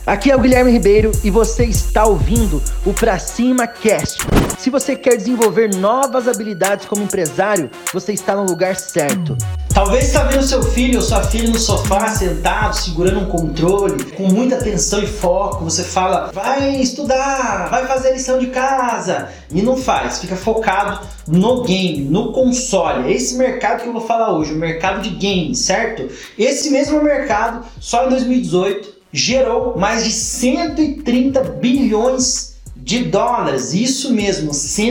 Aqui é o Guilherme Ribeiro e você está ouvindo o Pra Cima Cast. Se você quer desenvolver novas habilidades como empresário, você está no lugar certo. Talvez você está vendo seu filho ou sua filha no sofá, sentado, segurando um controle, com muita atenção e foco. Você fala, vai estudar, vai fazer a lição de casa. E não faz, fica focado no game, no console. É esse mercado que eu vou falar hoje, o mercado de games, certo? Esse mesmo mercado, só em 2018, gerou mais de 130 bilhões de dólares. Isso mesmo,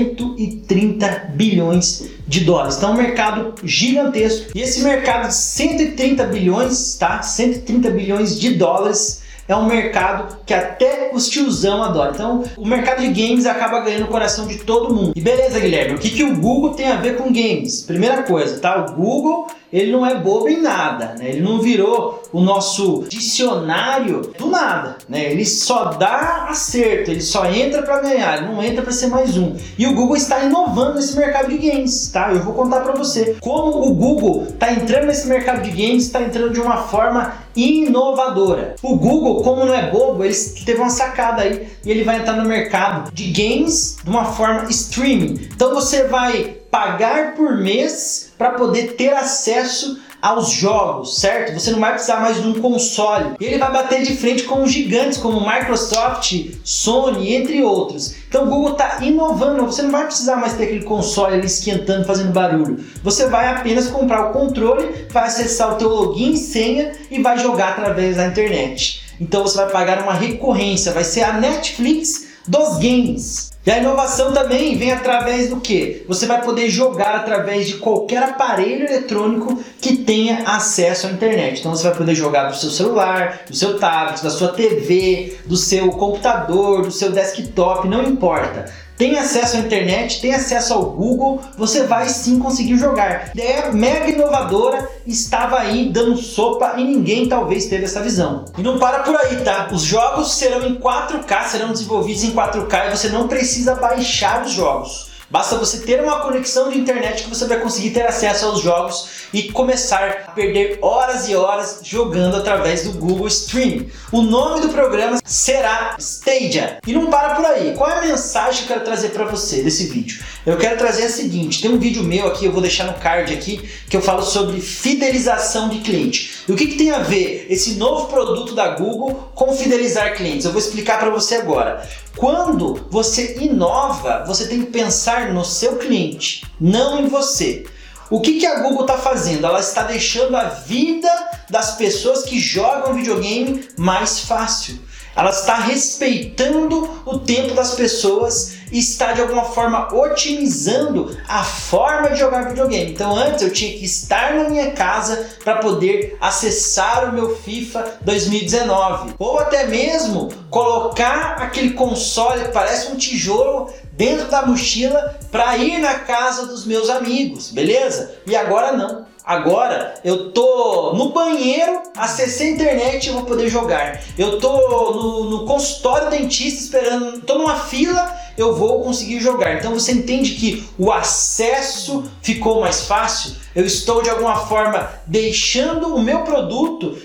130 bilhões de dólares. Então é um mercado gigantesco. E esse mercado de 130 bilhões, tá? 130 bilhões de dólares é um mercado que até os tiozão adoram. Então o mercado de games acaba ganhando o coração de todo mundo. E beleza, Guilherme, o que o Google tem a ver com games? Primeira coisa, tá? O Google, ele não é bobo em nada, né? Ele não virou o nosso dicionário do nada, né? Ele só dá acerto, ele só entra para ganhar, ele não entra para ser mais um. E o Google está inovando nesse mercado de games, tá? Eu vou contar para você como o Google está entrando nesse mercado de games, está entrando de uma forma inovadora. O Google, como não é bobo, ele teve uma sacada aí e ele vai entrar no mercado de games de uma forma streaming. Então você vai pagar por mês para poder ter acesso aos jogos, certo? Você não vai precisar mais de um console. E ele vai bater de frente com os gigantes como Microsoft, Sony, entre outros. Então o Google está inovando. Você não vai precisar mais ter aquele console ali esquentando, fazendo barulho. Você vai apenas comprar o controle, vai acessar o teu login e senha e vai jogar através da internet. Então você vai pagar uma recorrência, vai ser a Netflix dos games. E a inovação também vem através do quê? Você vai poder jogar através de qualquer aparelho eletrônico que tenha acesso à internet. Então você vai poder jogar do seu celular, do seu tablet, da sua TV, do seu computador, do seu desktop, não importa. Tem acesso à internet, tem acesso ao Google, você vai sim conseguir jogar. A ideia mega inovadora estava aí dando sopa e ninguém talvez teve essa visão. E não para por aí, tá? Os jogos serão em 4K, serão desenvolvidos em 4K e você não precisa baixar os jogos. Basta você ter uma conexão de internet que você vai conseguir ter acesso aos jogos e começar a perder horas e horas jogando através do Google Stream. O nome do programa será Stadia. E não para por aí. Qual é a mensagem que eu quero trazer para você desse vídeo? Eu quero trazer a seguinte, tem um vídeo meu aqui, eu vou deixar no card aqui, que eu falo sobre fidelização de cliente. E o que tem a ver esse novo produto da Google com fidelizar clientes? Eu vou explicar para você agora. Quando você inova, você tem que pensar no seu cliente, não em você. O que a Google está fazendo? Ela está deixando a vida das pessoas que jogam videogame mais fácil. Ela está respeitando o tempo das pessoas e está de alguma forma otimizando a forma de jogar videogame. Então antes eu tinha que estar na minha casa para poder acessar o meu FIFA 2019. Ou até mesmo colocar aquele console que parece um tijolo dentro da mochila para ir na casa dos meus amigos, beleza? E agora não. Agora eu tô no banheiro, acessei a internet e vou poder jogar. Eu tô no consultório dentista esperando, tô numa fila, eu vou conseguir jogar. Então você entende que o acesso ficou mais fácil? Eu estou de alguma forma deixando o meu produto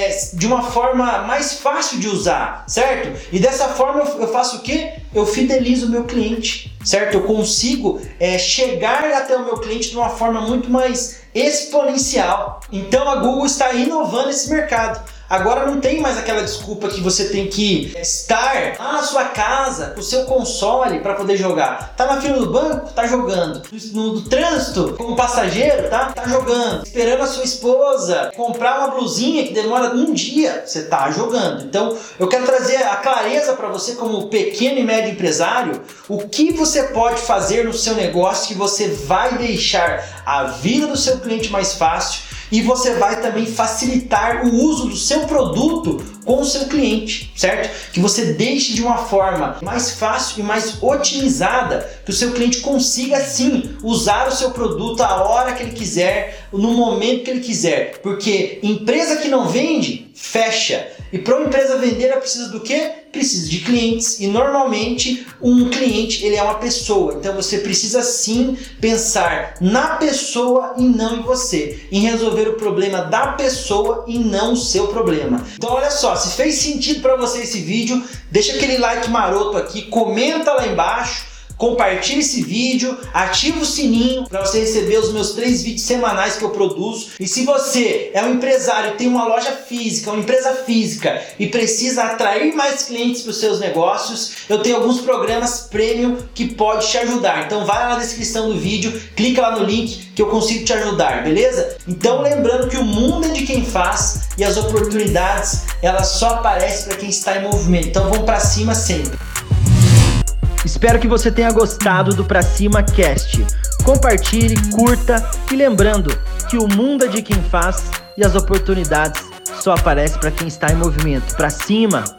de uma forma mais fácil de usar, certo? E dessa forma eu faço o quê? Eu fidelizo o meu cliente, certo? Eu consigo chegar até o meu cliente de uma forma muito mais exponencial. Então a Google está inovando esse mercado. Agora não tem mais aquela desculpa que você tem que estar lá na sua casa com o seu console para poder jogar. Tá na fila do banco? Tá jogando. No trânsito, como passageiro, tá jogando. Esperando a sua esposa comprar uma blusinha que demora um dia, você tá jogando. Então eu quero trazer a clareza para você como pequeno e médio empresário, o que você pode fazer no seu negócio que você vai deixar a vida do seu cliente mais fácil e você vai também facilitar o uso do seu produto com o seu cliente, certo? Que você deixe de uma forma mais fácil e mais otimizada, que o seu cliente consiga sim usar o seu produto a hora que ele quiser, no momento que ele quiser, porque empresa que não vende, fecha. E para uma empresa vender, ela precisa do quê? Precisa de clientes. E normalmente um cliente, ele é uma pessoa. Então você precisa sim pensar na pessoa e não em você. Em resolver o problema da pessoa e não o seu problema. Então olha só, se fez sentido para você esse vídeo, deixa aquele like maroto aqui, comenta lá embaixo. Compartilhe esse vídeo, ativa o sininho para você receber os meus 3 vídeos semanais que eu produzo. E se você é um empresário, tem uma loja física, uma empresa física e precisa atrair mais clientes para os seus negócios, eu tenho alguns programas premium que pode te ajudar. Então vai lá na descrição do vídeo, clica lá no link que eu consigo te ajudar, beleza? Então lembrando que o mundo é de quem faz e as oportunidades elas só aparecem para quem está em movimento. Então vamos para cima sempre. Espero que você tenha gostado do Pra Cima Cast. Compartilhe, curta e lembrando que o mundo é de quem faz e as oportunidades só aparecem para quem está em movimento. Pra cima!